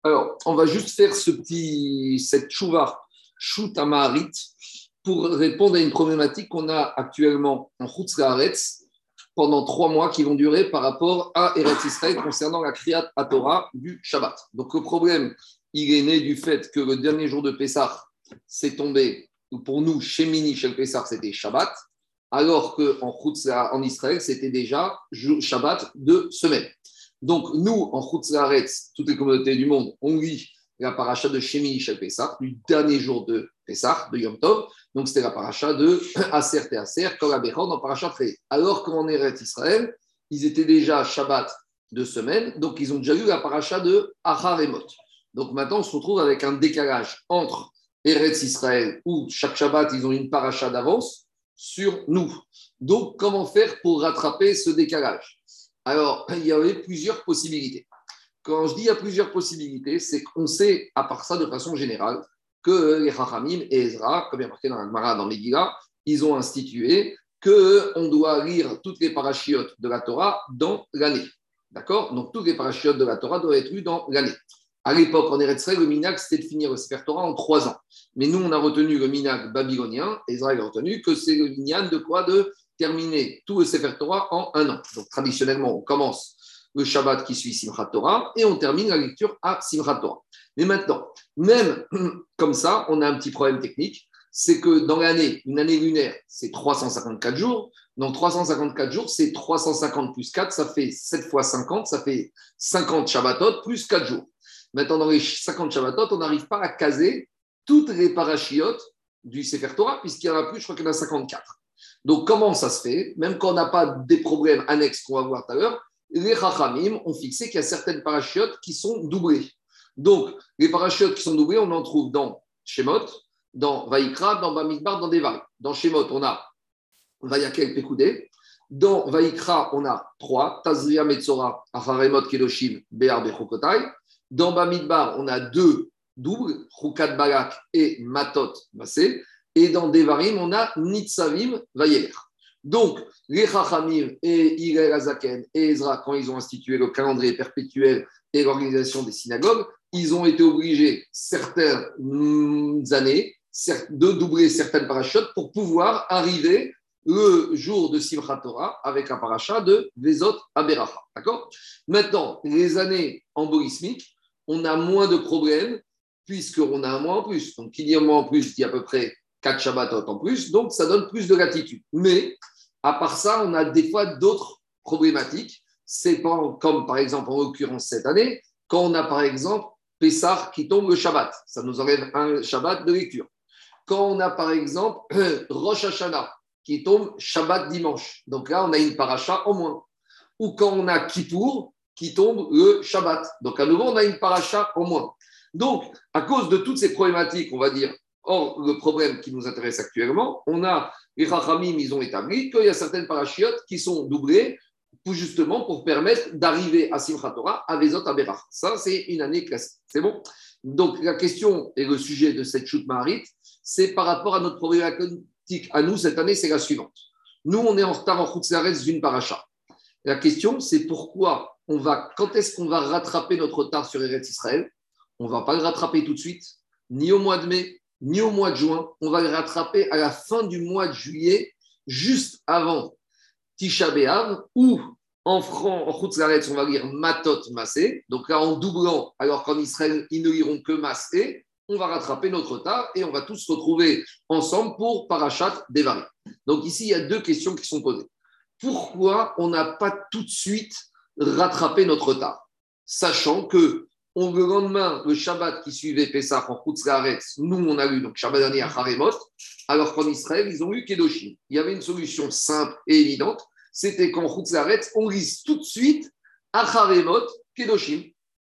Alors, on va juste faire cette chouva, Shuta Maharit, pour répondre à une problématique qu'on a actuellement en Chutz La'aretz pendant 3 mois qui vont durer par rapport à Eretz Israël concernant la Kriyat HaTorah du Shabbat. Donc, le problème, il est né du fait que le dernier jour de Pessah, c'est tombé, pour nous, chez Mini, chez le Pessah, c'était Shabbat, alors en Israël, c'était déjà Shabbat de semaine. Donc, nous, en Chutz La'aretz, toutes les communautés du monde, on lit la paracha de Shemini Shel Pessah, du dernier jour de Pessah, de Yom Tov. Donc, c'était la paracha de Aser Te Aser, Kol HaBechor, dans paracha Trei. Alors qu'en Eretz Israël, ils étaient déjà Shabbat de semaine, donc ils ont déjà eu la paracha de Achar Emot. Donc, maintenant, on se retrouve avec un décalage entre Eretz Israël, où chaque Shabbat, ils ont une paracha d'avance, sur nous. Donc, comment faire pour rattraper ce décalage? Alors, il y avait plusieurs possibilités. Quand je dis il y a plusieurs possibilités, c'est qu'on sait, à part ça, de façon générale, que les Chachamim et Ezra, comme il y a marqué dans la Gemara, dans Megillah, ils ont institué qu'on doit lire toutes les parachiotes de la Torah dans l'année. D'accord? Donc, toutes les parachiotes de la Torah doivent être lues dans l'année. À l'époque, en Eretz Israël, le minhag, c'était de finir le Sefer Torah en 3 ans. Mais nous, on a retenu le minhag babylonien, Ezra a retenu que c'est le minyan de quoi? De terminer tout le Sefer Torah en 1 an. Donc, traditionnellement, on commence le Shabbat qui suit Simchat Torah et on termine la lecture à Simchat Torah. Mais maintenant, même comme ça, on a un petit problème technique, c'est que dans l'année, une année lunaire, c'est 354 jours. Donc, 354 jours, c'est 350 plus 4, ça fait 7 fois 50, ça fait 50 Shabbatot plus 4 jours. Maintenant, dans les 50 Shabbatot, on n'arrive pas à caser toutes les parachiotes du Sefer Torah, puisqu'il y en a plus, je crois qu'il y en a 54. Donc, comment ça se fait? Même quand on n'a pas des problèmes annexes qu'on va voir tout à l'heure, les Chachamim ont fixé qu'il y a certaines parachiotes qui sont doublées. Donc, les parachiotes qui sont doublées, on en trouve dans Shemot, dans Vaïkra, dans Bamidbar, dans Devarim. Dans Shemot, on a Vayakel Pekoudé. Dans Vaïkra, on a 3, Tazria Metzora, Acharemot Kedoshim, Be'ar Bechokotai. Dans Bamidbar, on a 2 doubles, Chukat Balak et Matot Massé. Et dans Devarim, on a Nitzavim Vayeler. Donc, les Chachamim et Hillel Azaken et Ezra, quand ils ont institué le calendrier perpétuel et l'organisation des synagogues, ils ont été obligés, certaines années, de doubler certaines parachutes pour pouvoir arriver le jour de Simchat Torah avec un paracha de Vezot Aberacha. D'accord? Maintenant, les années embolismiques, on a moins de problèmes puisqu'on a un mois en plus. Donc, qui dit un mois en plus, dit à peu près 4 Shabbatot en plus. Donc, ça donne plus de latitude. Mais, à part ça, on a des fois d'autres problématiques. C'est comme, par exemple, en l'occurrence cette année, quand on a, par exemple, Pessah qui tombe le Shabbat. Ça nous enlève un Shabbat de lecture. Quand on a, par exemple, Rosh Hashanah qui tombe Shabbat dimanche. Donc là, on a une paracha en moins. Ou quand on a Kippour qui tombe le Shabbat. Donc à nouveau, on a une paracha en moins. Donc, à cause de toutes ces problématiques, on va dire, or, le problème qui nous intéresse actuellement, on a, les Chachamim, ils ont établi qu'il y a certaines parachiotes qui sont doublées justement pour permettre d'arriver à Simchat Torah, à Vezot Aberach. Ça, c'est une année classique. C'est bon? Donc, la question et le sujet de cette chute Maharit, c'est par rapport à notre problématique à nous cette année, c'est la suivante. Nous, on est en retard en Chutz La'aretz d'une paracha. La question, c'est pourquoi quand est-ce qu'on va rattraper notre retard sur Eretz Israël? On ne va pas le rattraper tout de suite, ni au mois de mai, ni au mois de juin. On va le rattraper à la fin du mois de juillet, juste avant Tisha B'Av, ou en Chutz La'aretz, on va lire Matot Massé. Donc là, en doublant, alors qu'en Israël, ils ne liront que Massé, on va rattraper notre retard et on va tous se retrouver ensemble pour Parashat Devarim. Donc ici, il y a 2 questions qui sont posées. Pourquoi on n'a pas tout de suite rattrapé notre retard? Sachant que le lendemain, le Shabbat qui suivait Pessah en Chutz La'aretz, nous, on a lu donc Shabbat dernier à Haremot, alors qu'en Israël, ils ont eu Kedoshim. Il y avait une solution simple et évidente, c'était qu'en Chutz La'aretz, on lise tout de suite à Haremot, Kedoshim.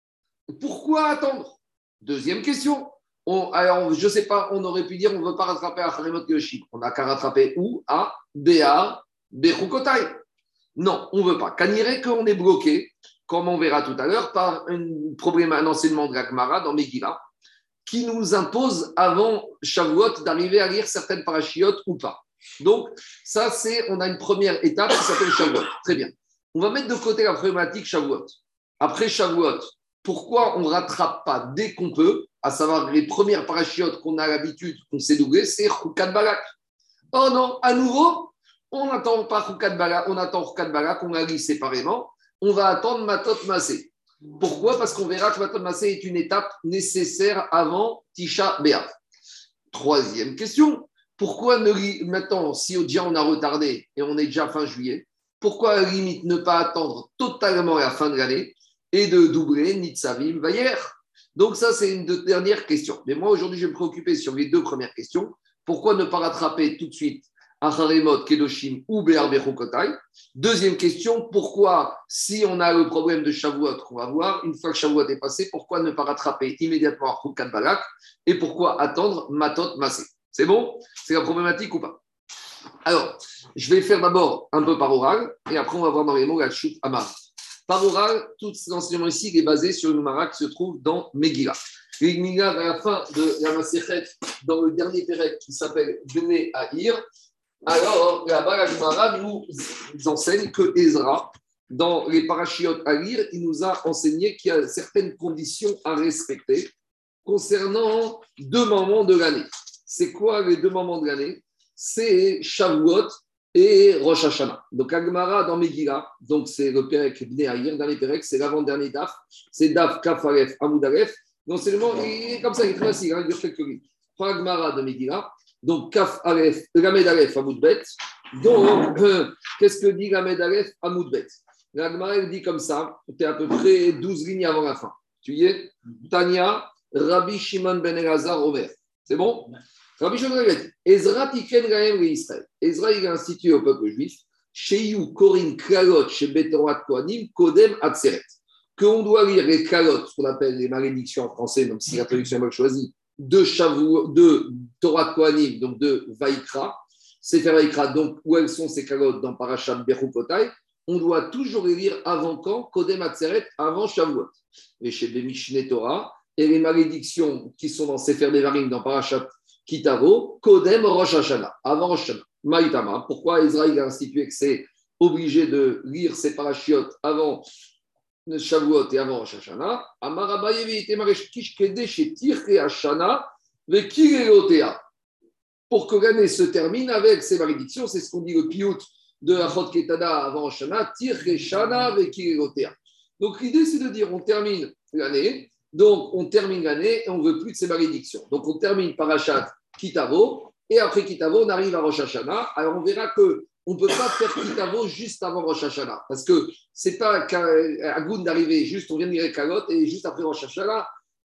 Pourquoi attendre? Deuxième question. Alors, je ne sais pas, on aurait pu dire on ne veut pas rattraper à Haremot, Kedoshim. On n'a qu'à rattraper où? À Béar, Bechukotai. Non, on ne veut pas. Kaniré qu'on est bloqué, comme on verra tout à l'heure, par un enseignement de la Gemara dans Megillah, qui nous impose avant Shavuot d'arriver à lire certaines parachiotes ou pas. Donc, ça, on a une première étape qui s'appelle Shavuot. Très bien. On va mettre de côté la problématique Shavuot. Après Shavuot, pourquoi on ne rattrape pas dès qu'on peut, à savoir les premières parachiotes qu'on a l'habitude, qu'on sait doubler, c'est Choukat Balak. Oh non, à nouveau, on n'attend pas Choukat Balak, on attend Choukat Balak, on la lit séparément, on va attendre Matot Massé. Pourquoi? Parce qu'on verra que Matot Massé est une étape nécessaire avant Tisha B'Av. Troisième question, pourquoi maintenant, si déjà on a retardé et on est déjà fin juillet, pourquoi à la limite ne pas attendre totalement la fin de l'année et de doubler Nitzavim Vayer? Donc ça, c'est une dernière question. Mais moi, aujourd'hui, je vais me préoccuper sur les deux premières questions. Pourquoi ne pas rattraper tout de suite Acharemot, Kedoshim ou Be'ar Bechokotai? Deuxième question, pourquoi, si on a le problème de Shavuot qu'on va voir, une fois que Shavuot est passé, pourquoi ne pas rattraper immédiatement Choukat Balak et pourquoi attendre Matot Massé? C'est bon? C'est la problématique ou pas? Alors, je vais faire d'abord un peu par oral et après on va voir dans les mots la Chout Amar. Par oral, tout l'enseignement ici est basé sur une Gemara qui se trouve dans Megillah. Les Megillah, à la fin de la Masechet, dans le dernier pérec qui s'appelle Bnei Ahir, alors là-bas, la Gemara nous enseigne que Ezra, dans les parachiotes à lire, il nous a enseigné qu'il y a certaines conditions à respecter concernant deux moments de l'année. C'est quoi les deux moments de l'année? C'est Shavuot et Rosh Hashanah. Donc, Agmara dans Megillah, donc c'est le Pérek Bnei Ahir, dernier Pérek, c'est l'avant-dernier Daf, c'est Daf Kaf Aleph Amoud Aleph. Donc, c'est le moment, il est comme ça, il est très facile, il dure quelques lignes. Prends Agmara de Megillah, donc Kaf Aleph, Lamed Aleph Amoud Bet. Donc, qu'est-ce que dit Lamed Aleph Amoud Bet? L'Agmara, il dit comme ça, tu es à peu près 12 lignes avant la fin. Tu y es? Tania, Rabbi Shimon ben Elazar Omer. C'est bon? Rabbi Shimon ben Elazar. Ezra tiken gaem le Israël. Ezra, il a institué au peuple juif, Sheyu korin klalot chez Betorat Kohanim kodem atzeret. Qu'on doit lire les klalot, ce qu'on appelle les malédictions en français, donc si la traduction est mal choisie, de Torah Kohanim, donc de Vaikra, Sefer Vaikra, donc où elles sont ces klalot dans Parashat Bechukotai, on doit toujours les lire avant quand? Kodem atzeret, avant Shavuot. Mais chez les Mishneh Torah, et les malédictions qui sont dans Sefer Devarim, dans Parashat Kitavo, Kodem Rosh Hashanah, avant Rosh Hashanah. Maïtama, pourquoi Israël a institué que c'est obligé de lire ses parachiotes avant Shavuot et avant Rosh Hashanah? Pour que l'année se termine avec ces malédictions, c'est ce qu'on dit le piout de Achot Ketada avant Rosh Hashanah, Tirche Shana Vekirelotea. Donc l'idée c'est de dire on termine l'année. Donc, on termine l'année et on ne veut plus de ces malédictions. Donc, on termine Parashat Kitavo et après Kitavo, on arrive à Rosh Hashanah. Alors, on verra qu'on ne peut pas faire Kitavo juste avant Rosh Hashanah parce que ce n'est pas à Goun d'arriver juste, on vient de lire Kalot et juste après Rosh Hashanah,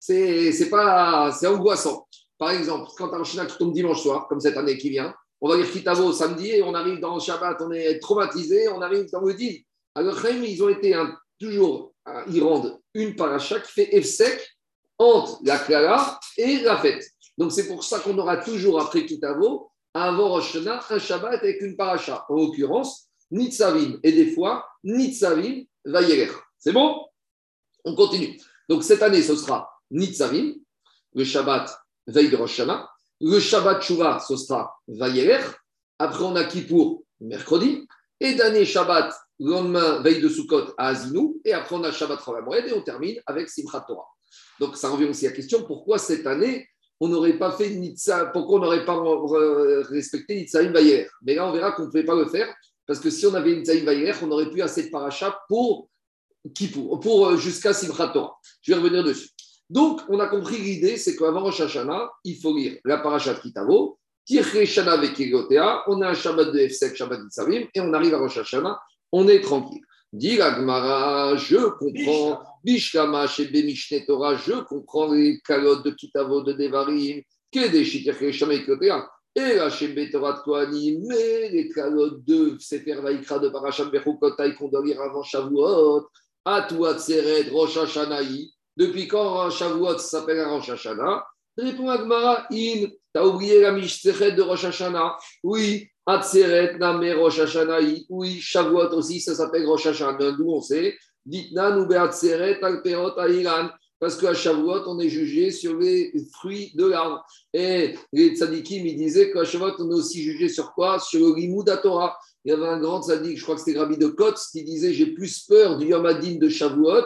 c'est angoissant. Par exemple, quand Rosh Hashanah qui tombe dimanche soir, comme cette année qui vient, on va lire Kitavo samedi et on arrive dans le Shabbat, on est traumatisé, on arrive dans le Din. Alors, ils ont été toujours, ils rendent une paracha qui fait Efsek entre la Klara et la fête. Donc, c'est pour ça qu'on aura toujours après Kitavo, avant Rosh Hashanah, un Shabbat avec une paracha. En l'occurrence, Nitzavim et des fois Nitzavim Vayeler. C'est bon? On continue. Donc, cette année, ce sera Nitzavim, le Shabbat veille de Rosh Hashanah. Le Shabbat Shuvah, ce sera Vayeler. Après, on a Kippour, mercredi. Et dernier Shabbat, le lendemain, veille de Sukkot à Azinou, et après on a Shabbat Chol HaMoed, et on termine avec Simchat Torah. Donc ça revient aussi à la question, pourquoi cette année, on n'aurait pas fait Nitza, pourquoi on n'aurait pas respecté Nitzaïm Vayer? Mais là, on verra qu'on ne pouvait pas le faire, parce que si on avait Nitzaïm Vayer, on n'aurait plus assez de paracha pour jusqu'à Simchat Torah. Je vais revenir dessus. Donc, on a compris l'idée, c'est qu'avant Rosh Hashanah, il faut lire la paracha de Kitavo, Tirche Shana avec Igotea, on a un Shabbat de Efsek, Shabbat Nitzavim, et on arrive à Rosh Hashanah, on est tranquille. Dit la Gemara, je comprends, Bishkama chez Mishneh Torah, je comprends les calottes de Kitavo, de Devarim, Kedeshi Tirche Shana avec Igotea, et là chez Betorat Kohanim, mais les calottes de Sefer Vaikra de Parashat Bechukotai qu'on doit lire avant Shavuot, Atuat Sered, Rosh Hashanah. Depuis quand Shavuot s'appelle un Rosh Hashanah? Répond Agmara, t'as oublié la Mishneh de Rosh Hashanah? Oui, Atzeret, Name, Rosh Hashanah. Oui, Shavuot aussi, ça s'appelle Rosh Hashanah. D'où on sait? Ditna, Noube Atzeret, Alperot, Airan. Parce qu'à Shavuot, on est jugé sur les fruits de l'arbre. Et les tzadikim, ils disaient qu'à Shavuot, on est aussi jugé sur quoi? Sur le Limud Torah. Il y avait un grand tzadik, je crois que c'était Rabbi de Kotz, qui disait j'ai plus peur du Yom Hadin de Shavuot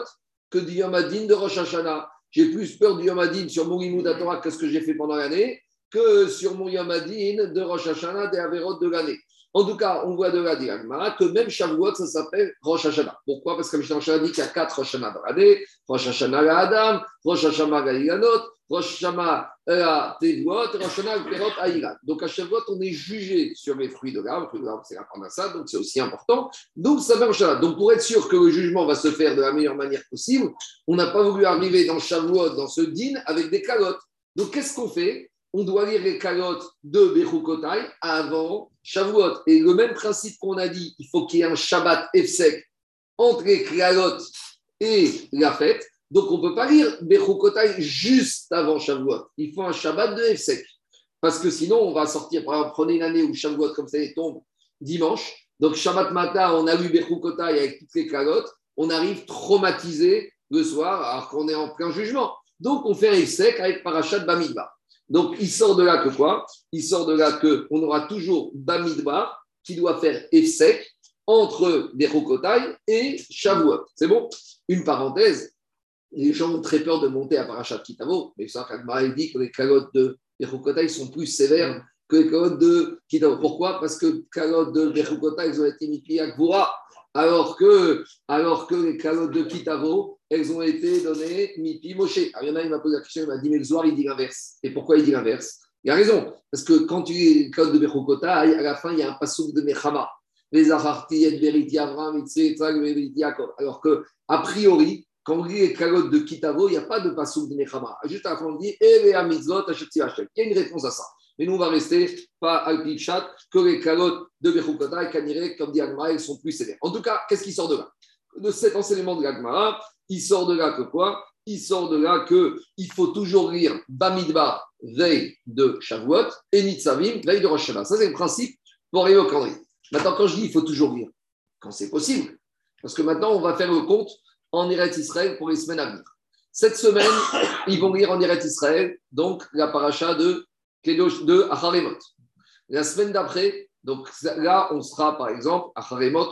que du Yom Hadin de Rosh Hashanah. J'ai plus peur du Yom Hadin sur mon Limoud Torah que ce que j'ai fait pendant l'année que sur mon Yom Hadin de Rosh Hashanah des Averot de l'année. En tout cas, on voit de là que même Shavuot, ça s'appelle Rosh Hashanah. Pourquoi? Parce que Mishnah dit qu'il y a 4 Rosh Hashanah dans l'année. Rosh Hashanah la Adam, Rosh Hashanah la Ilanot, Rosh Hashanah la Tevuot, Rosh Hashanah la Perot Aïlan. Donc à Shavuot, on est jugé sur les fruits de l'arbre. Les fruits de l'arbre, c'est la parnassa, donc c'est aussi important. Donc ça fait Rosh Hashanah. Donc pour être sûr que le jugement va se faire de la meilleure manière possible, on n'a pas voulu arriver dans Shavuot, dans ce din, avec des calottes. Donc qu'est-ce qu'on fait? On doit lire les calottes de Bechukotai avant Shavuot. Et le même principe qu'on a dit, il faut qu'il y ait un Shabbat Efsek entre les calottes et la fête. Donc on ne peut pas lire Bechukotai juste avant Shavuot. Il faut un Shabbat de Efsek. Parce que sinon, on va sortir, par exemple, prenez une année où Shavuot, comme ça, il tombe dimanche. Donc Shabbat matin, on a lu Bechukotai avec toutes les calottes. On arrive traumatisé le soir alors qu'on est en plein jugement. Donc on fait Efsek avec Parashat Bamidbar. Donc, il sort de là que quoi? Il sort de là qu'on aura toujours Bamidbar qui doit faire Efsek entre Bechukotai et Shavuot. C'est bon? Une parenthèse, les gens ont très peur de monter à Parashat Kitavo, mais ça, Kagmara dit que les calottes de Bechukotai sont plus sévères que les calottes de Kitavo. Pourquoi? Parce que les calottes de Bechukotai, ils ont été mis à Gvura, alors que les calottes de Kitavo, elles ont été données Mipi Moshe. Alors, il y en a, il m'a posé la question, il m'a dit, mais le soir, il dit l'inverse. Et pourquoi il dit l'inverse? Il a raison, parce que quand tu lis les calottes de Bechukotai, à la fin, il y a un passouk de Mechama. Les Acharti, et Veriti, Avram, Itzrak, Veriti, Yaakov. Alors que, a priori, quand on lit les calottes de Kitavo, il n'y a pas de passouk de Mechama. Juste à la fin, on dit, Eve Mitzvot, Hachetzi Hachem. Il y a une réponse à ça. Mais nous, on va rester pas al pichat que les calottes de Bechukotai, Kaniré, comme dit Agmara, elles sont plus sévères. En tout cas, qu'est-ce qui sort de là? De cet enseignement de l'Agmara, il sort de là que quoi? Il sort de là qu'il faut toujours lire Bamidbar, veille de Shavuot, et Nitzavim, veille de Rosh Hashanah. Ça, c'est le principe pour arriver au calendrier. Maintenant, quand je dis il faut toujours lire, quand c'est possible, parce que maintenant, on va faire le compte en Eretz Israël pour les semaines à venir. Cette semaine, ils vont lire en Eretz Israël, donc la paracha de Acharemot. La semaine d'après, donc là, on sera, par exemple, Acharemot,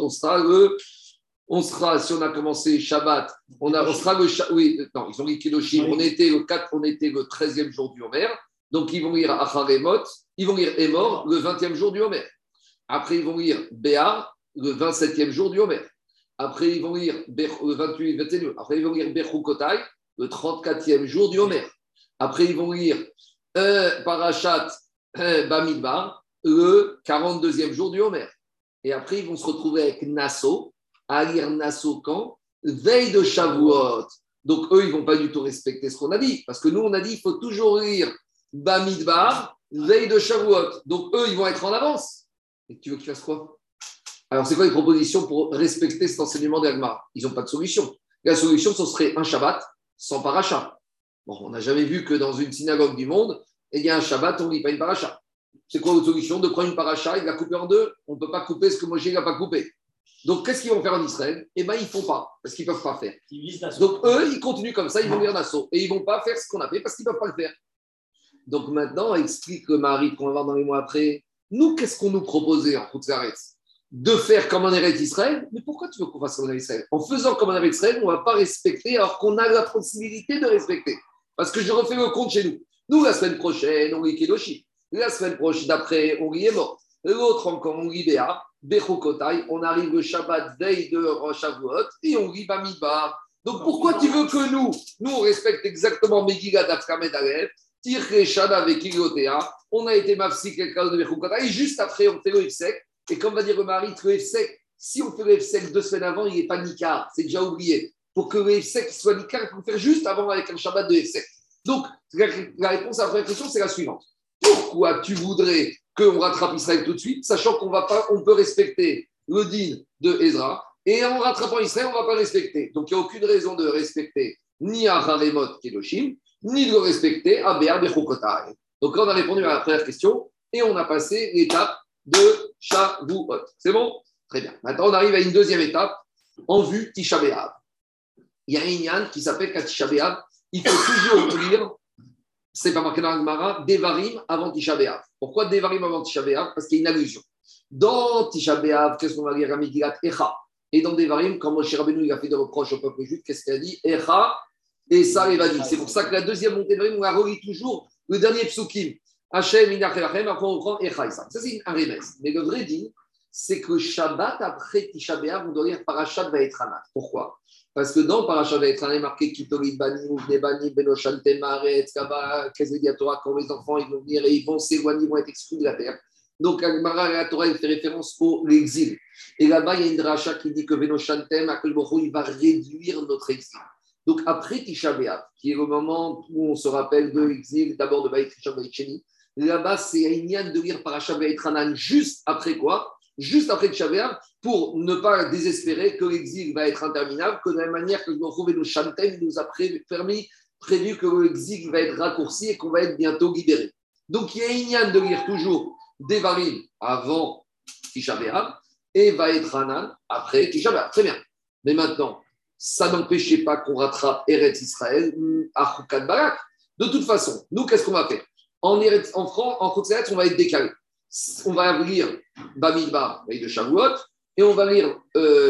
on sera, si on a commencé Shabbat, on sera oui, non, ils ont dit Kedoshim, on était le 13e jour du Homer, donc ils vont lire Acharemot, ils vont lire Emor, le 20e jour du Homer. Après, ils vont lire Béar, le 27e jour du Homer. Après, ils vont lire le 28, 29. Après, ils vont lire Bechukotai, le 34e jour du Homer. Après, ils vont lire Parashat Bamidbar, le 42e jour du Homer. Et après, ils vont se retrouver avec Nassau, à lire Nassau quand? Veille de Shavuot. Donc, eux, ils ne vont pas du tout respecter ce qu'on a dit. Parce que nous, on a dit qu'il faut toujours lire Bamidbar, veille de Shavuot. Donc, eux, ils vont être en avance. Et tu veux qu'ils fassent quoi? Alors, c'est quoi les propositions pour respecter cet enseignement d'Agmara? Ils n'ont pas de solution. La solution, ce serait un Shabbat sans paracha. Bon, on n'a jamais vu que dans une synagogue du monde, il y a un Shabbat, on ne lit pas une paracha. C'est quoi votre solution? De prendre une paracha et de la couper en deux? On ne peut pas couper ce que Moshe n'a pas coupé. Donc, qu'est-ce qu'ils vont faire en Israël? Eh bien, ils ne font pas, parce qu'ils ne peuvent pas faire. Donc, eux, ils continuent comme ça, ils vont lire Nassau. Et ils ne vont pas faire ce qu'on a fait parce qu'ils ne peuvent pas le faire. Donc, maintenant, explique le mari qu'on va voir dans les mois après. Nous, qu'est-ce qu'on nous proposait en Khutzaretz? De faire comme en Eretz Israël? Mais pourquoi tu veux qu'on fasse comme en Eretz Israël? En faisant comme en Eretz Israël, on ne va pas respecter alors qu'on a la possibilité de respecter. Parce que je refais le compte chez nous. Nous, la semaine prochaine, on lit Kedoshi. La semaine prochaine, d'après, on lit Emor. L'autre encore, on lit Béa, Bechukotai. On arrive le Shabbat, veille de Shavuot, et on lit Bamidbar. Donc pourquoi tu veux que nous, on respecte exactement Megillah d'Afkamed Alev, Tirche Shana avec Iliotea, on a été mafsik quelqu'un de Bechukotai, et juste après, on fait le Ifsek. Et comme va dire le mari, le Ifsek, si on fait le Ifsek 2 semaines avant, il n'est pas Nikar, c'est déjà oublié. Pour que le Ifsek soit Nikar, il faut le faire juste avant avec un Shabbat de Ifsek. Donc, la réponse à la première question, c'est la suivante. Pourquoi tu voudrais qu'on rattrape Israël tout de suite, sachant on peut respecter le din de Ezra, et en rattrapant Israël, on ne va pas respecter. Donc, il n'y a aucune raison de respecter ni à Haremot Kedoshim, ni de le respecter à Béar Bechukotai. Donc, là, on a répondu à la première question, et on a passé l'étape de Shavuot. C'est bon? Très bien. Maintenant, on arrive à une deuxième étape, en vue Tisha B'Av. Il y a un Inyan qui s'appelle Tisha B'Av. Il faut toujours lire, c'est pas marqué dans l'Agmara, Devarim avant Tisha B'Av. Pourquoi Devarim avant Tisha B'Av? Parce qu'il y a une allusion. Dans Tisha B'Av, qu'est-ce qu'on va lire à Megillat Echa? Et dans Devarim, quand Moshe Rabbeinu il a fait des reproches au peuple juif, qu'est-ce qu'il a dit? Echa et ça, il va dire. C'est pour ça que la deuxième montée de Devarim, on la relit toujours le dernier psukim. Hachem, Inachelachem, après on reprend Echa et ça. Ça, c'est un remède. Mais le vrai dit, c'est que Shabbat, après Tisha B'Av, on doit lire Parashat Vaetranah. Pourquoi? Parce que dans Parashat Vaetranah, il est marqué Kitolit Bani, Uvne Bani, Benoshan Temaret, Kaba, Kezedia Torah, quand les enfants ils vont venir et ils vont s'éloigner, ils vont être exclus de la terre. Donc, la Torah, il fait référence au l'exil. Et là-bas, il y a une dracha qui dit que Benoshan Tem, Akel Boro, il va réduire notre exil. Donc, après Tisha B'Av, qui est le moment où on se rappelle de l'exil, d'abord de Baït Tisha B'Av, là-bas, c'est à Inyan de lire Parashat Vaetranah juste après quoi? Juste après Tisha B'Av, pour ne pas désespérer que l'exil va être interminable, que de la même manière que nous trouvons nos Shantem, il nous a prévu que l'exil va être raccourci et qu'on va être bientôt libéré. Donc, il y a Inyan de lire toujours Devarim avant Tisha B'Av et Vaetranan après Tisha B'Av. Très bien. Mais maintenant, ça n'empêchait pas qu'on rattrape Eretz Israël à Choukat Barak. De toute façon, nous, qu'est-ce qu'on va faire? En France, en Choukat on va être décalé. On va lire Bamidbar, veille de Shavuot, et on va lire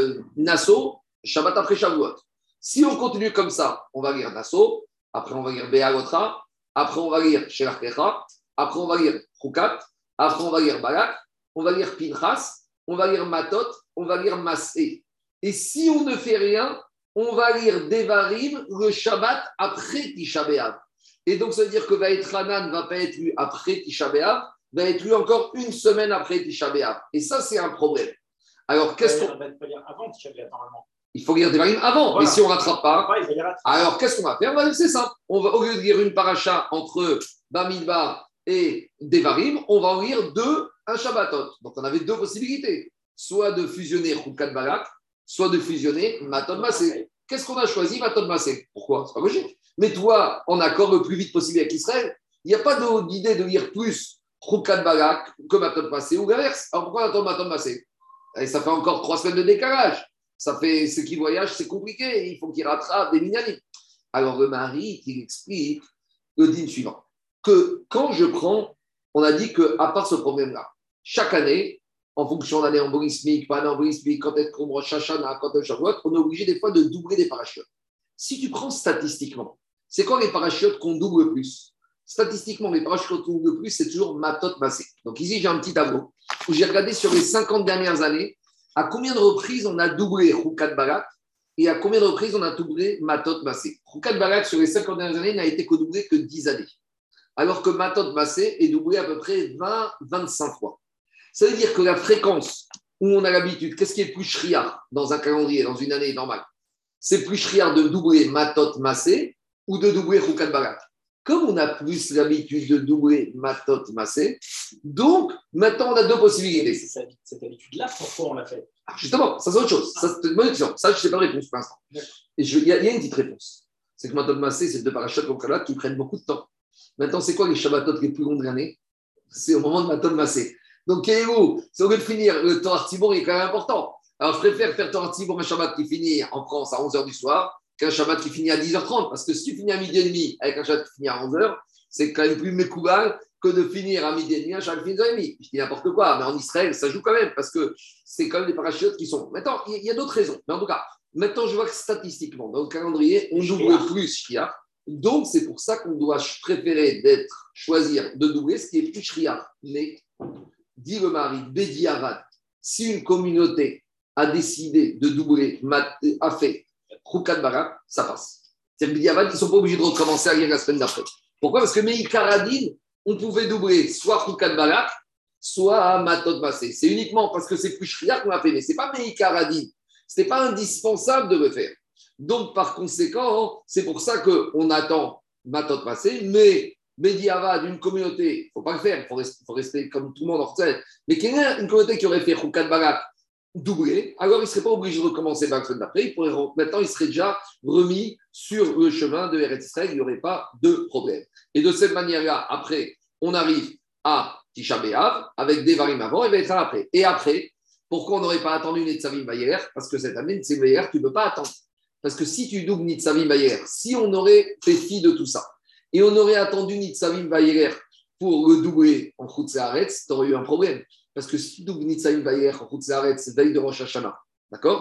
Nassau, Shabbat après Shavuot. Si on continue comme ça, on va lire Nassau, après on va lire Be'alotra, après on va lire Shelach-Techa, après on va lire Choukat, après on va lire Balak, on va lire Pinchas, on va lire Matot, on va lire Masé. Et si on ne fait rien, on va lire Devarim, le Shabbat après Tisha B'Av. Et donc ça veut dire que Vaetranan ne va pas être lu après Tisha B'Av, va être lu encore une semaine après Tisha B'Av. Et ça, c'est un problème. Alors, qu'est-ce qu'on... Il faut lire avant Tisha B'Av, normalement. Il faut lire Devarim avant. Voilà. Mais si on ne rattrape pas, alors qu'est-ce qu'on va faire? C'est simple. On va, au lieu de lire une paracha entre Bamidbar et Devarim, on va en lire deux, un Shabbatot. Donc, on avait deux possibilités. Soit de fusionner Choukat Balak, soit de fusionner Matot Masé. Qu'est-ce qu'on a choisi? Matot Masé. Pourquoi? C'est pas logique. Mais toi, en accord le plus vite possible avec Israël, il n'y a pas d'idée de lire plus Choukat Balak que Matot Masé ou l'inverse. Alors pourquoi on attend Matot Masé? Et ça fait encore 3 semaines de décalage. Ça fait ceux qui voyagent, c'est compliqué. Il faut qu'ils rattrapent des minyanim. Alors le mari, il explique le dîme suivant. Que quand je prends, on a dit qu'à part ce problème-là, chaque année, en fonction de l'année embolismique, pas année embolismique, quand est-ce qu'on Rosh Hashanah, quand est-ce Shavuot, on est obligé des fois de doubler des parachutes. Si tu prends statistiquement, c'est quoi les parachutes qu'on double le plus? Statistiquement, les parachutes qu'on double le plus, c'est toujours Matot Masé. Donc ici, j'ai un petit tableau où j'ai regardé sur les 50 dernières années à combien de reprises on a doublé Choukat Balak et à combien de reprises on a doublé Matot Masé. Choukat Balak, sur les 50 dernières années, n'a été doublé que 10 années. Alors que Matot Masé est doublé à peu près 20-25 fois. Ça veut dire que la fréquence où on a l'habitude, qu'est-ce qui est plus shriar dans un calendrier, dans une année normale? C'est plus shriar de doubler Matot Masé ou de doubler Choukat Balak. Comme on a plus l'habitude de doubler Matot Masé, donc maintenant on a deux possibilités. Cette habitude-là, pourquoi on l'a fait? Justement, ça c'est autre chose. Ça, c'est une bonne question. Ça, je ne sais pas de réponse pour l'instant. Et il y a une petite réponse. C'est que Matot Masé, c'est deux parachutes comme Kalat qui prennent beaucoup de temps. Maintenant, c'est quoi les Shabbatot les plus longs de l'année? C'est au moment de Matot Masé. Donc, c'est au lieu de finir, le Torah Tzibour est quand même important. Alors, je préfère faire Torah Tzibour un Shabbat qui finit en France à 11h du soir qu'un Shabbat qui finit à 10h30. Parce que si tu finis à midi et demi avec un Shabbat qui finit à 11h, c'est quand même plus mécoubal que de finir à midi et demi un Shabbat qui finit à 10h30. Je dis n'importe quoi, mais en Israël, ça joue quand même parce que c'est quand même des parachutes qui sont. Maintenant, il y a d'autres raisons. Mais en tout cas, maintenant, je vois que statistiquement, dans le calendrier, on double plus Shriar. Donc, c'est pour ça qu'on doit préférer choisir de doubler ce qui est plus Shriar. Mais, dit le mari, Bedi Arad, si une communauté a décidé de doubler, a fait Choukat Barak, ça passe. C'est-à-dire que Bedi Arad, ils ne sont pas obligés de recommencer à lire la semaine d'après. Pourquoi? Parce que Meïkaradine, on pouvait doubler soit Choukat Barak, soit Matot Masé. C'est uniquement parce que c'est plus Shriar qu'on l'a fait, mais ce n'est pas Meïkaradine. Ce n'est pas indispensable de le faire. Donc, par conséquent, c'est pour ça qu'on attend Matot Masé, mais Bediavad, une communauté, il ne faut pas le faire, il faut rester comme tout le monde en fait. Mais qu'il y ait une communauté qui aurait fait Choukat Barak doublé, alors il ne serait pas obligé de recommencer la semaine d'après. Maintenant, il serait déjà remis sur le chemin de Eretz Israël, il n'y aurait pas de problème. Et de cette manière-là, après, on arrive à Tisha B'Av avec Devarim avant et Vaetra après. Et après, pourquoi on n'aurait pas attendu Netzavim Bayer? Parce que cette année, Netzavim Bayer, tu ne peux pas attendre. Parce que si tu doubles Nitzavim Bayer, si on aurait fait fi de tout ça, et on aurait attendu Nitzavim Bayer pour le doubler en Chutz Haaretz, tu aurais eu un problème. Parce que si tu doubles Nitzavim Bayer en Chutz Haaretz, c'est veille de Rosh Hashanah, d'accord?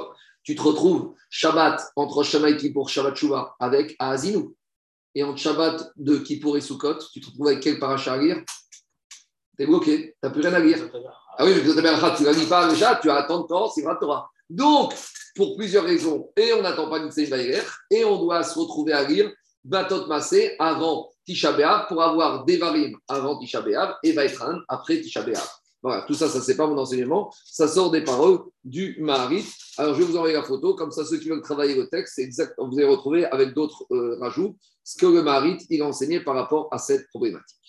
tu te retrouves Shabbat, entre Shabbat et Kippour, Shabbat Shuvah, avec Aazinu. Et entre Shabbat de Kippour et Sukkot, tu te retrouves avec quel paracha à lire? Tu es bloqué, tu n'as plus rien à lire. Ah oui, mais tu ne la lis pas déjà, tu attends le temps, c'est vrai Torah. Donc, pour plusieurs raisons, et on n'attend pas Nitsei Bayer, et on doit se retrouver à lire Batot Massé avant Tisha B'Av pour avoir Devarim avant Tisha B'Av et Vaitran après Tisha B'Av. Voilà, tout ça, c'est pas mon enseignement, ça sort des paroles du Maharit. Alors, je vais vous envoyer la photo, comme ça, ceux qui veulent travailler le texte, c'est exact, vous allez retrouver avec d'autres rajouts ce que le Maharit il a enseigné par rapport à cette problématique.